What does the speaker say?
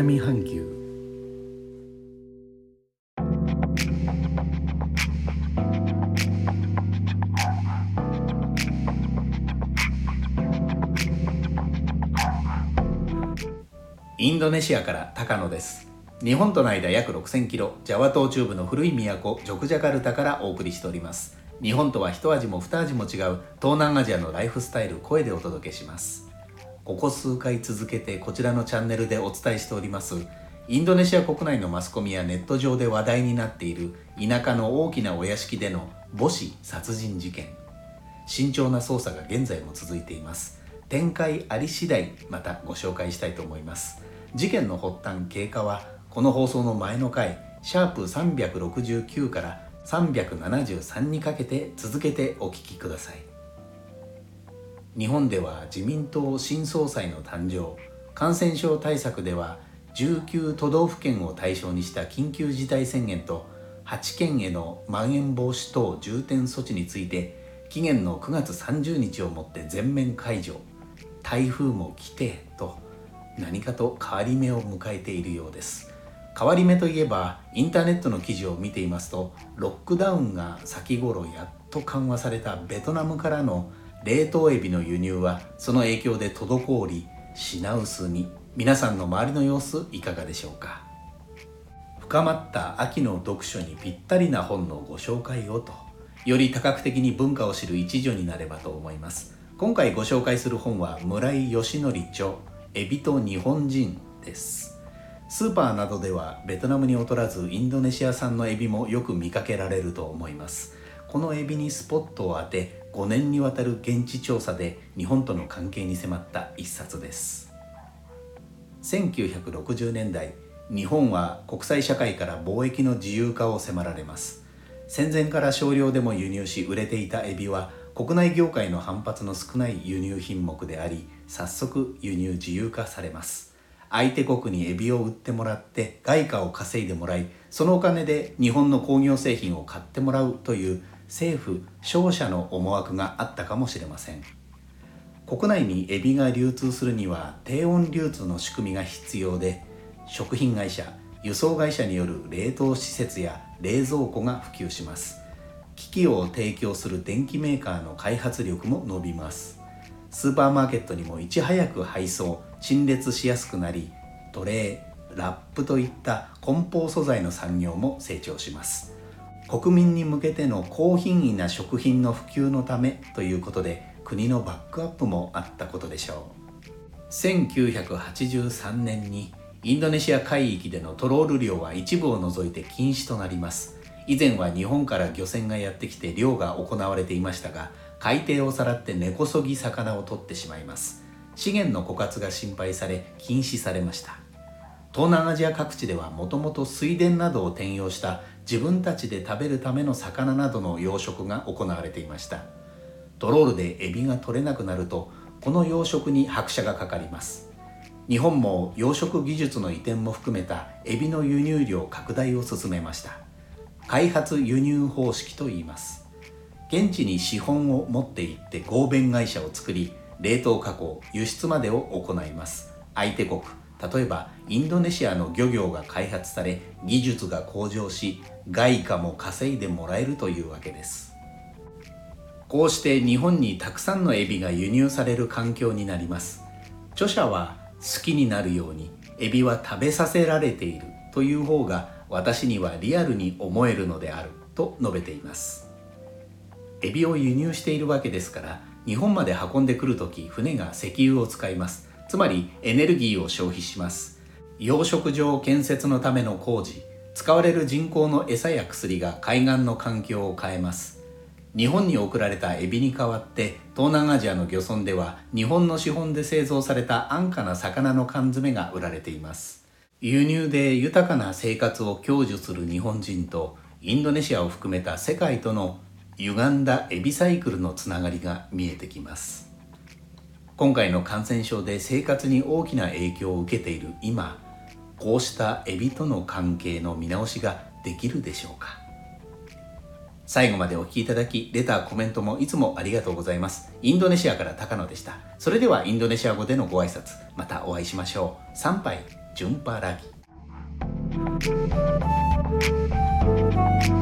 南半球。インドネシアから高野です。日本との間約6000キロ、ジャワ島中部の古い都ジョクジャカルタからお送りしております。日本とは一味も二味も違う東南アジアのライフスタイル、声でお届けします。ここ数回続けてこちらのチャンネルでお伝えしておりますインドネシア国内のマスコミやネット上で話題になっている田舎の大きなお屋敷での母子殺人事件。慎重な捜査が現在も続いています。展開あり次第またご紹介したいと思います。事件の発端経過はこの放送の前の回#369から373にかけて続けてお聞きください。日本では自民党新総裁の誕生、感染症対策では19都道府県を対象にした緊急事態宣言と8県へのまん延防止等重点措置について期限の9月30日をもって全面解除。台風も来てと何かと変わり目を迎えているようです。変わり目といえばインターネットの記事を見ていますと、ロックダウンが先頃やっと緩和されたベトナムからの冷凍エビの輸入はその影響で滞り品薄に。皆さんの周りの様子いかがでしょうか。深まった秋の読書にぴったりな本のご紹介をと、より多角的に文化を知る一助になればと思います。今回ご紹介する本は村井義則著エビと日本人です。スーパーなどではベトナムに劣らずインドネシア産のエビもよく見かけられると思います。このエビにスポットを当て5年にわたる現地調査で日本との関係に迫った一冊です。1960年代、日本は国際社会から貿易の自由化を迫られます。戦前から少量でも輸入し売れていたエビは国内業界の反発の少ない輸入品目であり、早速輸入自由化されます。相手国にエビを売ってもらって外貨を稼いでもらい、そのお金で日本の工業製品を買ってもらうという政府商社の思惑があったかもしれません。国内にエビが流通するには低温流通の仕組みが必要で、食品会社、輸送会社による冷凍施設や冷蔵庫が普及します。機器を提供する電機メーカーの開発力も伸びます。スーパーマーケットにもいち早く配送、陳列しやすくなり、トレー、ラップといった梱包素材の産業も成長します。国民に向けての高品位な食品の普及のためということで、国のバックアップもあったことでしょう。1983年にインドネシア海域でのトロール漁は一部を除いて禁止となります。以前は日本から漁船がやってきて漁が行われていましたが、海底をさらって根こそぎ魚を取ってしまいます。資源の枯渇が心配され禁止されました。東南アジア各地ではもともと水田などを転用した自分たちで食べるための魚などの養殖が行われていました。トロールでエビが取れなくなると、この養殖に拍車がかかります。日本も養殖技術の移転も含めたエビの輸入量拡大を進めました。開発輸入方式といいます。現地に資本を持って行って合弁会社を作り、冷凍加工、輸出までを行います。相手国、例えばインドネシアの漁業が開発され、技術が向上し、外貨も稼いでもらえるというわけです。こうして日本にたくさんのエビが輸入される環境になります。著者は好きになるようにエビは食べさせられているという方が私にはリアルに思えるのであると述べています。エビを輸入しているわけですから、日本まで運んでくるとき船が石油を使います。つまりエネルギーを消費します。養殖場建設のための工事、使われる人工の餌や薬が海岸の環境を変えます。日本に送られたエビに代わって東南アジアの漁村では日本の資本で製造された安価な魚の缶詰が売られています。輸入で豊かな生活を享受する日本人とインドネシアを含めた世界との歪んだエビサイクルのつながりが見えてきます。今回の感染症で生活に大きな影響を受けている今、こうしたエビとの関係の見直しができるでしょうか。最後までお聞きいただき、レター、コメントもいつもありがとうございます。インドネシアから高野でした。それではインドネシア語でのご挨拶、またお会いしましょう。参拝、 ジュンパラギ。